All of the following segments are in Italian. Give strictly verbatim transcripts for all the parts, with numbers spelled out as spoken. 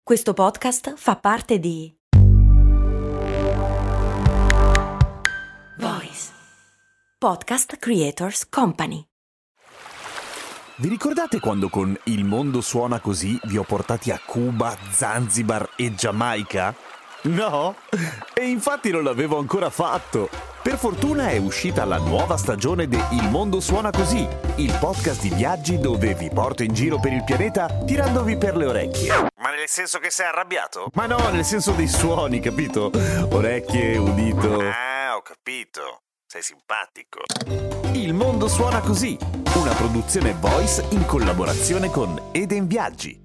Questo podcast fa parte di Voice Podcast Creators Company. Vi ricordate quando con Il mondo suona così vi ho portati a Cuba, Zanzibar e Giamaica? No? E infatti non l'avevo ancora fatto. Per fortuna è uscita la nuova stagione di Il mondo suona così, il podcast di viaggi dove vi porto in giro per il pianeta tirandovi per le orecchie. Ma nel senso che sei arrabbiato? Ma no, nel senso dei suoni, capito? Orecchie, udito. Ah, ho capito. Sei simpatico. Il mondo suona così, una produzione Voice in collaborazione con Eden Viaggi.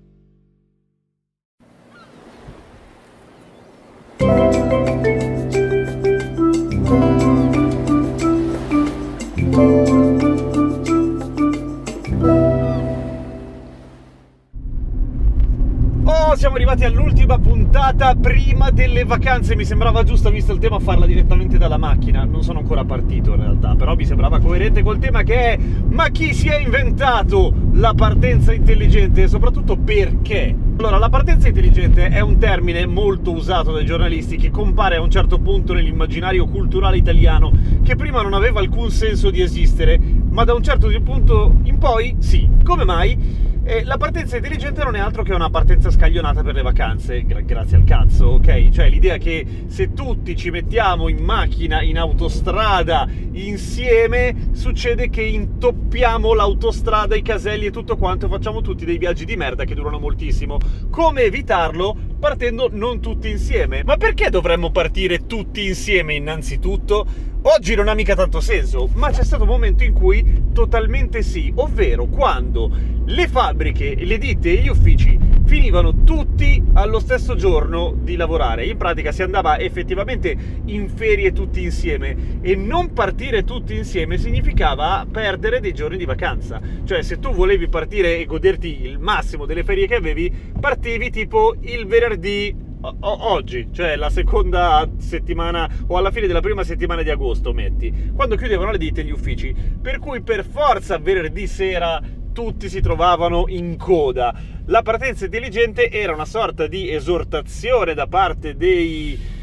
Oh, siamo arrivati all'ultima puntata prima delle vacanze. Mi sembrava giusto, visto il tema, farla direttamente dalla macchina. Non sono ancora partito in realtà, però mi sembrava coerente col tema, che è: ma chi si è inventato la partenza intelligente? E soprattutto perché? Allora, la partenza intelligente è un termine molto usato dai giornalisti, che compare a un certo punto nell'immaginario culturale italiano, che prima non aveva alcun senso di esistere, ma da un certo punto in poi sì. Come mai? Eh, la partenza intelligente non è altro che una partenza scaglionata per le vacanze, gra- grazie al cazzo, ok? Cioè l'idea che se tutti ci mettiamo in macchina, in autostrada, insieme, succede che intoppiamo l'autostrada, i caselli e tutto quanto, facciamo tutti dei viaggi di merda che durano moltissimo. Come evitarlo? Partendo non tutti insieme. Ma perché dovremmo partire tutti insieme innanzitutto? Oggi non ha mica tanto senso, ma c'è stato un momento in cui totalmente sì, ovvero quando le fabbriche, le ditte e gli uffici finivano tutti allo stesso giorno di lavorare. In pratica si andava effettivamente in ferie tutti insieme, e non partire tutti insieme significava perdere dei giorni di vacanza. Cioè, se tu volevi partire e goderti il massimo delle ferie che avevi, partivi tipo il venerdì O- oggi, cioè la seconda settimana o alla fine della prima settimana di agosto, metti, quando chiudevano le ditte e gli uffici, per cui per forza venerdì sera tutti si trovavano in coda. La partenza intelligente era una sorta di esortazione da parte dei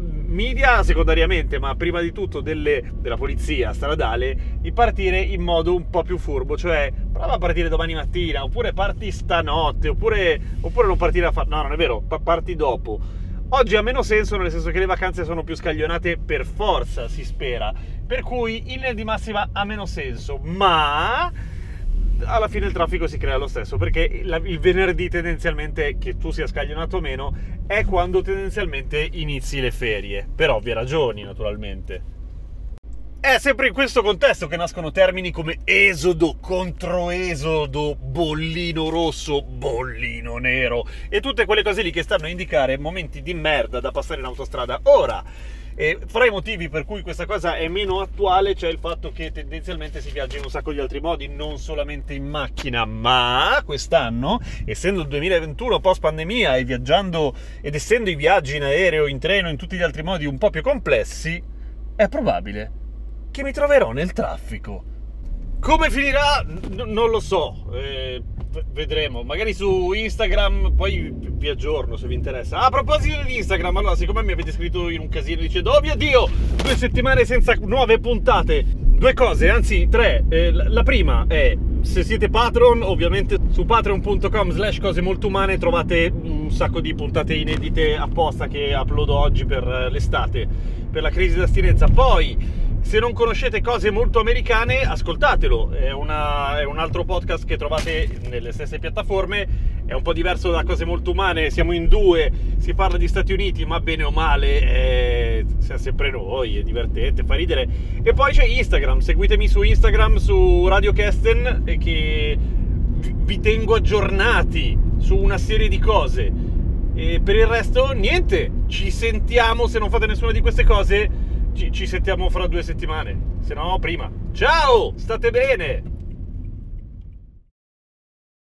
media, secondariamente, ma prima di tutto delle, della polizia stradale, di partire in modo un po' più furbo. Cioè, prova a partire domani mattina, oppure parti stanotte, oppure, oppure non partire a fare... No, non è vero, parti dopo. Oggi ha meno senso, nel senso che le vacanze sono più scaglionate per forza, si spera. Per cui in linea di massima ha meno senso, ma alla fine il traffico si crea lo stesso, perché la, il venerdì tendenzialmente, che tu sia scaglionato o meno, è quando tendenzialmente inizi le ferie, per ovvie ragioni naturalmente. È sempre in questo contesto che nascono termini come esodo, controesodo, bollino rosso, bollino nero e tutte quelle cose lì che stanno a indicare momenti di merda da passare in autostrada. Ora, e fra i motivi per cui questa cosa è meno attuale c'è il fatto che tendenzialmente si viaggia in un sacco di altri modi, non solamente in macchina, ma quest'anno, essendo il duemilaventuno post pandemia e viaggiando ed essendo i viaggi in aereo, in treno, in tutti gli altri modi un po' più complessi, è probabble che mi troverò nel traffico. Come finirà? N- non lo so, eh, v- vedremo. Magari su Instagram, poi vi aggiorno se vi interessa. Ah, a proposito di Instagram, allora, siccome mi avete scritto in un casino dicendo: oh mio Dio, due settimane senza nuove puntate. Due cose, anzi tre. Eh, la prima è: se siete Patreon, ovviamente su patreon punto com slash cose molto umane trovate un sacco di puntate inedite apposta che uploado oggi per l'estate, per la crisi d'astinenza. Poi, se non conoscete Cose Molto Americane, ascoltatelo, è, una, è un altro podcast che trovate nelle stesse piattaforme, è un po' diverso da Cose Molto Umane, siamo in due, si parla di Stati Uniti, ma bene o male è, siamo sempre noi, è divertente, fa ridere. E poi c'è Instagram, seguitemi su Instagram, su Radio Kesten, e che vi tengo aggiornati su una serie di cose. E per il resto, niente, ci sentiamo, se non fate nessuna di queste cose... Ci, ci sentiamo fra due settimane, se no prima. Ciao, state bene!